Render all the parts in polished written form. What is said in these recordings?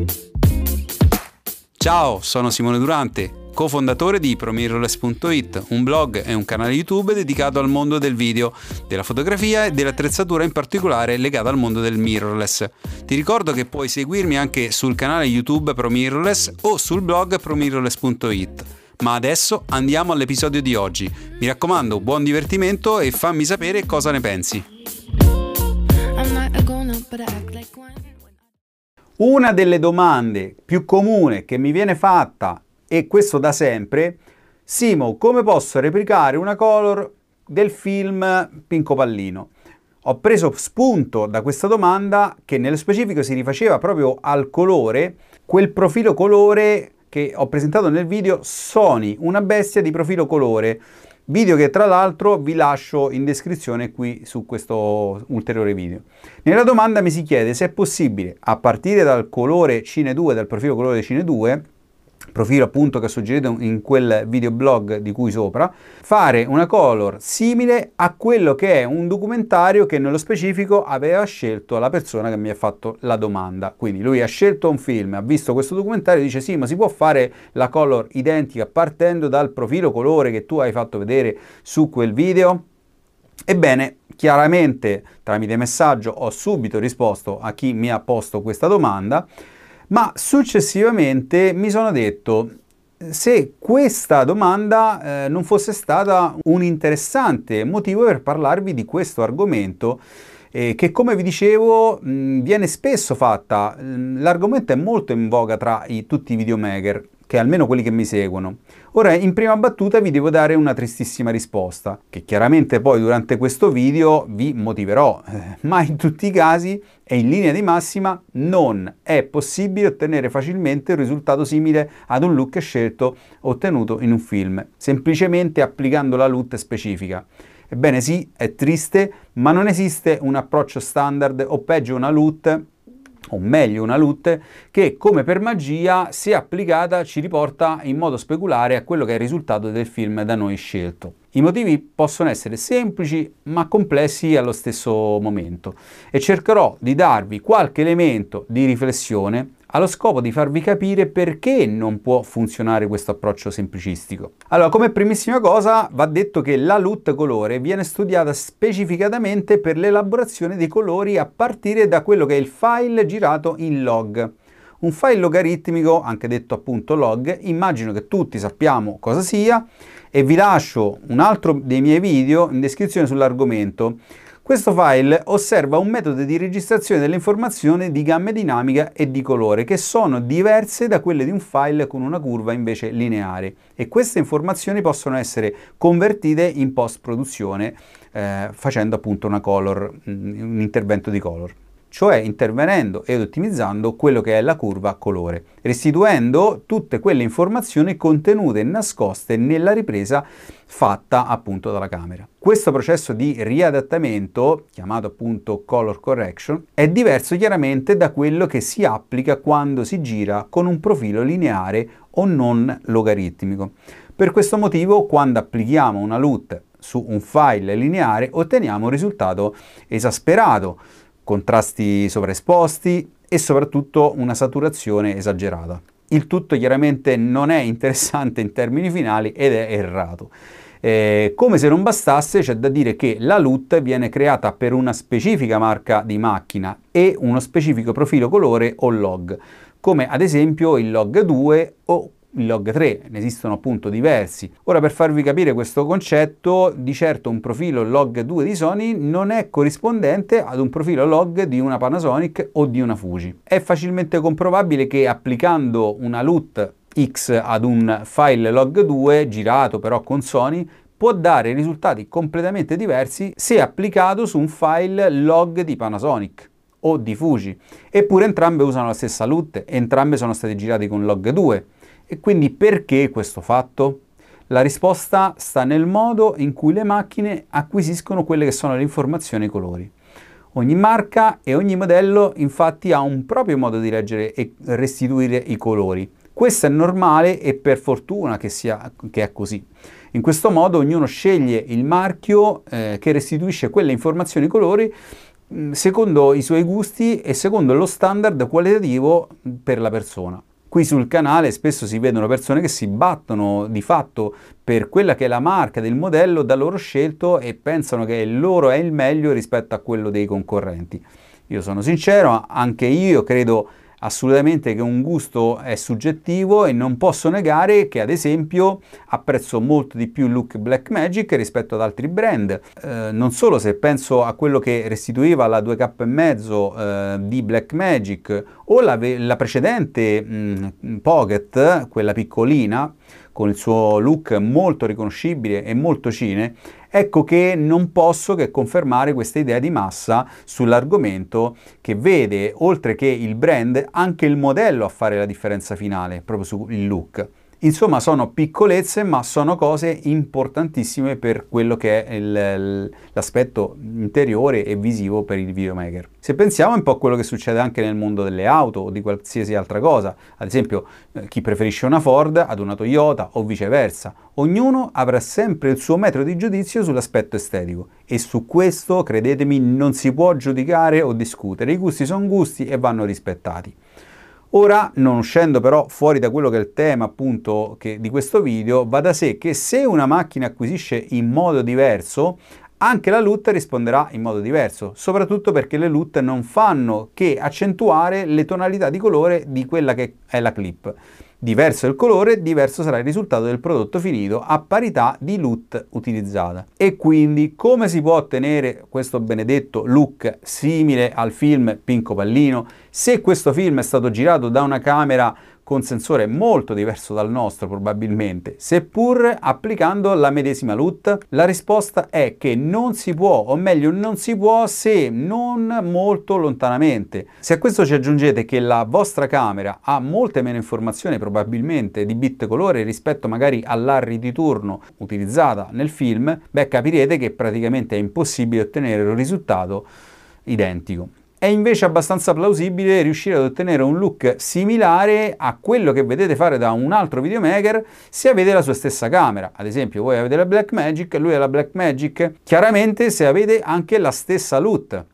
Ciao, sono Simone Durante, cofondatore di ProMirrorless.it, un blog e un canale YouTube dedicato al mondo del video, della fotografia e dell'attrezzatura, in particolare legata al mondo del mirrorless. Ti ricordo che puoi seguirmi anche sul canale YouTube ProMirrorless o sul blog ProMirrorless.it. Ma adesso andiamo all'episodio di oggi. Mi raccomando, buon divertimento e fammi sapere cosa ne pensi. Una delle domande più comuni che mi viene fatta, e questo da sempre: Simo, come posso replicare una color del film Pinco Pallino? Ho preso spunto da questa domanda, che nello specifico si rifaceva proprio al colore, quel profilo colore che ho presentato nel video Sony, una bestia di profilo colore, video che tra l'altro vi lascio in descrizione qui su questo ulteriore video. Nella domanda mi si chiede se è possibile, a partire dal colore Cine 2, dal profilo colore Cine 2, profilo appunto che ho suggerito in quel videoblog di cui sopra, fare una color simile a quello che è un documentario che nello specifico aveva scelto la persona che mi ha fatto la domanda. Quindi lui ha scelto un film, ha visto questo documentario e dice: sì, ma si può fare la color identica partendo dal profilo colore che tu hai fatto vedere su quel video? Ebbene, chiaramente tramite messaggio ho subito risposto a chi mi ha posto questa domanda, ma successivamente mi sono detto se questa domanda non fosse stata un interessante motivo per parlarvi di questo argomento, che, come vi dicevo, viene spesso fatta. L'argomento è molto in voga tra tutti i videomaker, che almeno quelli che mi seguono. Ora, in prima battuta vi devo dare una tristissima risposta, che chiaramente poi durante questo video vi motiverò, ma in tutti i casi e in linea di massima non è possibile ottenere facilmente un risultato simile ad un look scelto ottenuto in un film, semplicemente applicando la LUT specifica. Ebbene sì, è triste, ma non esiste un approccio standard, o peggio una LUT, o meglio una LUT, che come per magia, se applicata, ci riporta in modo speculare a quello che è il risultato del film da noi scelto. I motivi possono essere semplici ma complessi allo stesso momento, e cercherò di darvi qualche elemento di riflessione allo scopo di farvi capire perché non può funzionare questo approccio semplicistico. Allora, come primissima cosa va detto che la LUT colore viene studiata specificatamente per l'elaborazione dei colori a partire da quello che è il file girato in log. Un file logaritmico, anche detto appunto log, immagino che tutti sappiamo cosa sia, e vi lascio un altro dei miei video in descrizione sull'argomento. Questo file osserva un metodo di registrazione delle informazioni di gamma dinamica e di colore che sono diverse da quelle di un file con una curva invece lineare, e queste informazioni possono essere convertite in post-produzione facendo appunto un intervento di color, cioè intervenendo ed ottimizzando quello che è la curva colore, restituendo tutte quelle informazioni contenute e nascoste nella ripresa fatta appunto dalla camera. Questo processo di riadattamento, chiamato appunto color correction, è diverso chiaramente da quello che si applica quando si gira con un profilo lineare o non logaritmico. Per questo motivo, quando applichiamo una LUT su un file lineare, otteniamo un risultato esasperato, contrasti sovraesposti e soprattutto una saturazione esagerata. Il tutto chiaramente non è interessante in termini finali ed è errato. Come se non bastasse, c'è da dire che la LUT viene creata per una specifica marca di macchina e uno specifico profilo colore o log, come ad esempio il log 2 o il log 3, ne esistono appunto diversi. Ora, per farvi capire questo concetto, di certo un profilo log 2 di Sony non è corrispondente ad un profilo log di una Panasonic o di una Fuji. È facilmente comprovabile che applicando una LUT X ad un file log 2 girato però con Sony può dare risultati completamente diversi se applicato su un file log di Panasonic o di Fuji, eppure entrambe usano la stessa LUT, entrambe sono state girate con log 2. E quindi perché questo fatto? La risposta sta nel modo in cui le macchine acquisiscono quelle che sono le informazioni e i colori. Ogni marca e ogni modello infatti ha un proprio modo di leggere e restituire i colori. Questo è normale e per fortuna che è così. In questo modo ognuno sceglie il marchio che restituisce quelle informazioni e colori secondo i suoi gusti e secondo lo standard qualitativo per la persona. Qui sul canale spesso si vedono persone che si battono di fatto per quella che è la marca del modello da loro scelto e pensano che il loro è il meglio rispetto a quello dei concorrenti. Io sono sincero, anche io credo assolutamente che un gusto è soggettivo e non posso negare che ad esempio apprezzo molto di più il look Blackmagic rispetto ad altri brand, non solo se penso a quello che restituiva la 2K5 di Blackmagic o la precedente Pocket, quella piccolina, con il suo look molto riconoscibile e molto cine, ecco che non posso che confermare questa idea di massa sull'argomento che vede, oltre che il brand, anche il modello a fare la differenza finale, proprio sul look. Insomma, sono piccolezze, ma sono cose importantissime per quello che è l'aspetto interiore e visivo per il videomaker. Se pensiamo un po' a quello che succede anche nel mondo delle auto o di qualsiasi altra cosa, ad esempio chi preferisce una Ford ad una Toyota o viceversa, ognuno avrà sempre il suo metro di giudizio sull'aspetto estetico e su questo, credetemi, non si può giudicare o discutere, i gusti sono gusti e vanno rispettati. Ora, non uscendo però fuori da quello che è il tema appunto di questo video, va da sé che se una macchina acquisisce in modo diverso, anche la LUT risponderà in modo diverso, soprattutto perché le LUT non fanno che accentuare le tonalità di colore di quella che è la clip. Diverso il colore, diverso sarà il risultato del prodotto finito a parità di LUT utilizzata. E quindi come si può ottenere questo benedetto look simile al film Pinco Pallino se questo film è stato girato da una camera con sensore molto diverso dal nostro probabilmente, seppur applicando la medesima LUT? La risposta è che non si può, o meglio non si può se non molto lontanamente. Se a questo ci aggiungete che la vostra camera ha molte meno informazioni probabilmente di bit colore rispetto magari all'Harry di turno utilizzata nel film, beh capirete che praticamente è impossibile ottenere un risultato identico. È invece abbastanza plausibile riuscire ad ottenere un look similare a quello che vedete fare da un altro videomaker se avete la sua stessa camera. Ad esempio voi avete la Blackmagic, lui ha la Blackmagic, chiaramente se avete anche la stessa LUT.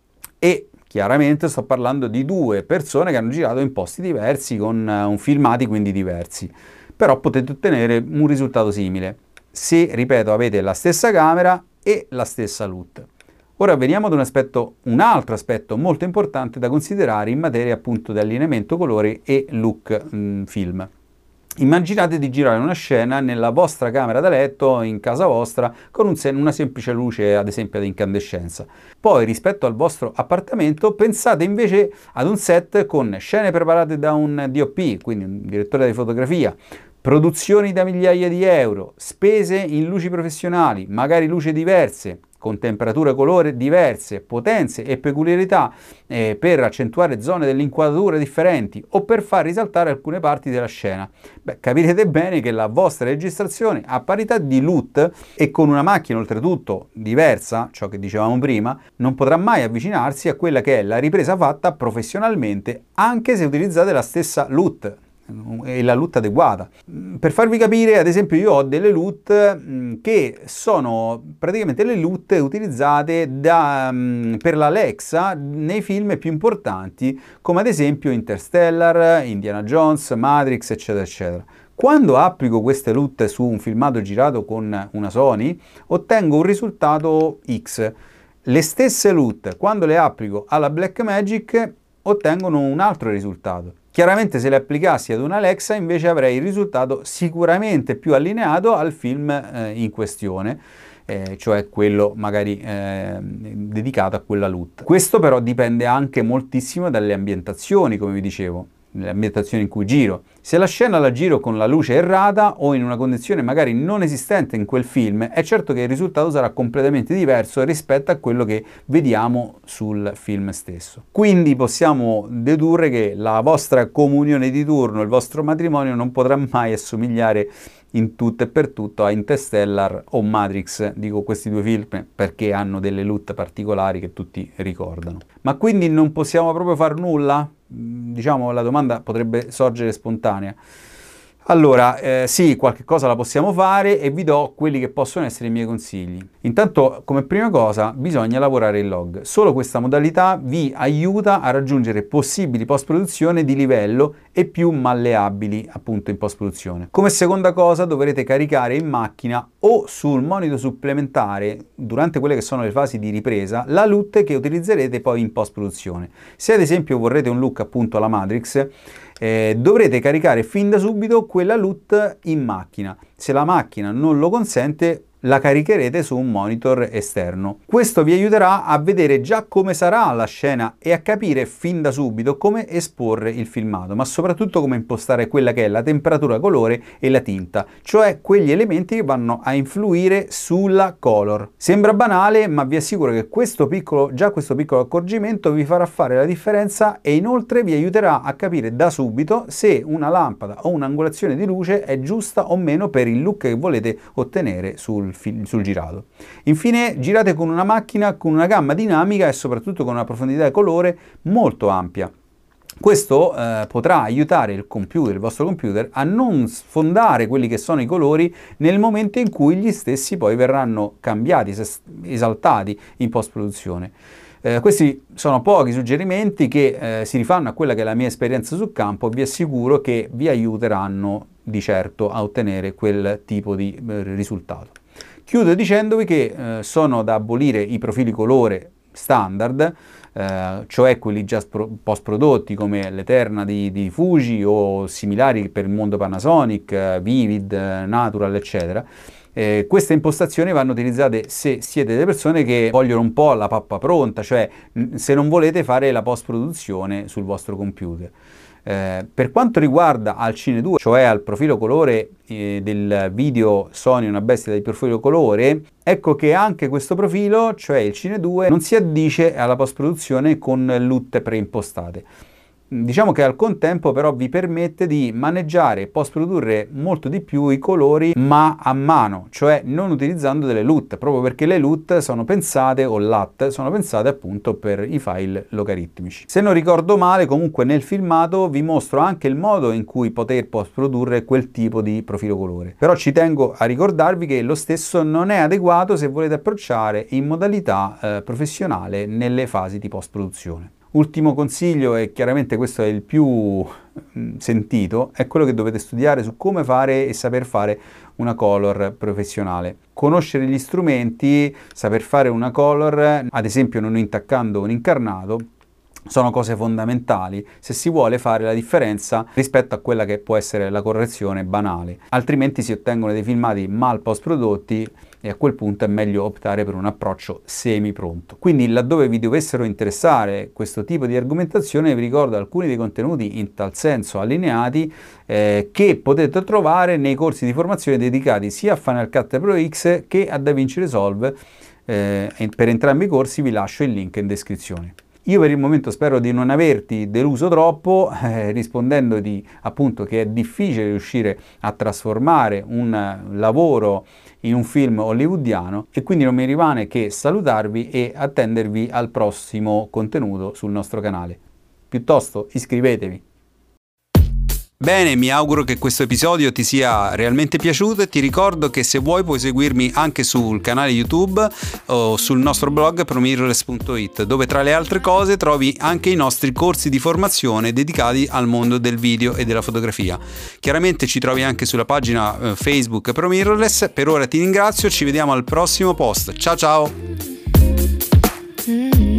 E chiaramente sto parlando di due persone che hanno girato in posti diversi con filmati quindi diversi. Però potete ottenere un risultato simile se, ripeto, avete la stessa camera e la stessa LUT. Ora veniamo ad un altro aspetto molto importante da considerare in materia appunto di allineamento colori e look film. Immaginate di girare una scena nella vostra camera da letto in casa vostra con una semplice luce ad esempio ad incandescenza. Poi rispetto al vostro appartamento pensate invece ad un set con scene preparate da un DOP, quindi un direttore di fotografia, produzioni da migliaia di euro, spese in luci professionali, magari luci diverse, con temperature e colore diverse, potenze e peculiarità per accentuare zone dell'inquadratura differenti o per far risaltare alcune parti della scena. Beh, capirete bene che la vostra registrazione a parità di LUT e con una macchina oltretutto diversa, ciò che dicevamo prima, non potrà mai avvicinarsi a quella che è la ripresa fatta professionalmente anche se utilizzate la stessa LUT e la LUT adeguata. Per farvi capire, ad esempio, io ho delle LUT che sono praticamente le LUT utilizzate per l'Alexa nei film più importanti, come ad esempio Interstellar, Indiana Jones, Matrix, eccetera, eccetera. Quando applico queste LUT su un filmato girato con una Sony, ottengo un risultato X. Le stesse LUT, quando le applico alla Blackmagic, ottengono un altro risultato. Chiaramente se le applicassi ad un Alexa invece avrei il risultato sicuramente più allineato al film in questione, cioè quello magari dedicato a quella LUT. Questo però dipende anche moltissimo dalle ambientazioni, come vi dicevo, nelle ambientazioni in cui giro. Se la scena la giro con la luce errata o in una condizione magari non esistente in quel film, è certo che il risultato sarà completamente diverso rispetto a quello che vediamo sul film stesso. Quindi possiamo dedurre che la vostra comunione di turno, il vostro matrimonio non potrà mai assomigliare in tutto e per tutto a Interstellar o Matrix, dico questi due film perché hanno delle LUT particolari che tutti ricordano. Ma quindi non possiamo proprio far nulla? Diciamo la domanda potrebbe sorgere spontanea. Allora, sì, qualche cosa la possiamo fare e vi do quelli che possono essere i miei consigli. Intanto, come prima cosa, bisogna lavorare il log. Solo questa modalità vi aiuta a raggiungere possibili post-produzione di livello e più malleabili, appunto, in post-produzione. Come seconda cosa, dovrete caricare in macchina o sul monitor supplementare, durante quelle che sono le fasi di ripresa, la LUT che utilizzerete poi in post-produzione. Se ad esempio vorrete un look appunto alla Matrix, dovrete caricare fin da subito quella LUT in macchina. Se la macchina non lo consente, la caricherete su un monitor esterno. Questo vi aiuterà a vedere già come sarà la scena e a capire fin da subito come esporre il filmato, ma soprattutto come impostare quella che è la temperatura colore e la tinta, cioè quegli elementi che vanno a influire sulla color. Sembra banale, ma vi assicuro che questo piccolo accorgimento vi farà fare la differenza e inoltre vi aiuterà a capire da subito se una lampada o un'angolazione di luce è giusta o meno per il look che volete ottenere sul girato. Infine, girate con una macchina con una gamma dinamica e soprattutto con una profondità di colore molto ampia. Questo potrà aiutare il vostro computer, a non sfondare quelli che sono i colori nel momento in cui gli stessi poi verranno cambiati, esaltati in post-produzione. Questi sono pochi suggerimenti che si rifanno a quella che è la mia esperienza sul campo e vi assicuro che vi aiuteranno di certo a ottenere quel tipo di risultato. Chiudo dicendovi che sono da abolire i profili colore standard, cioè quelli già post-prodotti come l'Eterna di Fuji o similari per il mondo Panasonic, Vivid, Natural, eccetera. Queste impostazioni vanno utilizzate se siete delle persone che vogliono un po' la pappa pronta, cioè se non volete fare la post-produzione sul vostro computer. Per quanto riguarda al Cine 2, cioè al profilo colore del video Sony Una bestia di profilo colore, ecco che anche questo profilo, cioè il Cine 2, non si addice alla post-produzione con LUT preimpostate. Diciamo che al contempo però vi permette di maneggiare e post-produrre molto di più i colori ma a mano, cioè non utilizzando delle LUT, proprio perché le LUT sono pensate, o LUT, sono pensate appunto per i file logaritmici. Se non ricordo male, comunque nel filmato vi mostro anche il modo in cui poter post-produrre quel tipo di profilo colore. Però ci tengo a ricordarvi che lo stesso non è adeguato se volete approcciare in modalità professionale nelle fasi di post-produzione. Ultimo consiglio, e chiaramente questo è il più sentito, è quello che dovete studiare su come fare e saper fare una color professionale. Conoscere gli strumenti, saper fare una color, ad esempio non intaccando un incarnato, sono cose fondamentali se si vuole fare la differenza rispetto a quella che può essere la correzione banale, altrimenti si ottengono dei filmati mal post prodotti e a quel punto è meglio optare per un approccio semi pronto. Quindi laddove vi dovessero interessare questo tipo di argomentazione, vi ricordo alcuni dei contenuti in tal senso allineati che potete trovare nei corsi di formazione dedicati sia a Final Cut Pro X che a DaVinci Resolve. Per entrambi i corsi vi lascio il link in descrizione. Io per il momento spero di non averti deluso troppo, rispondendoti appunto che è difficile riuscire a trasformare un lavoro in un film hollywoodiano, e quindi non mi rimane che salutarvi e attendervi al prossimo contenuto sul nostro canale. Piuttosto iscrivetevi. Bene, mi auguro che questo episodio ti sia realmente piaciuto e ti ricordo che se vuoi puoi seguirmi anche sul canale YouTube o sul nostro blog promirrorless.it, dove tra le altre cose trovi anche i nostri corsi di formazione dedicati al mondo del video e della fotografia. Chiaramente ci trovi anche sulla pagina Facebook ProMirrorless. Per ora ti ringrazio, ci vediamo al prossimo post. Ciao ciao!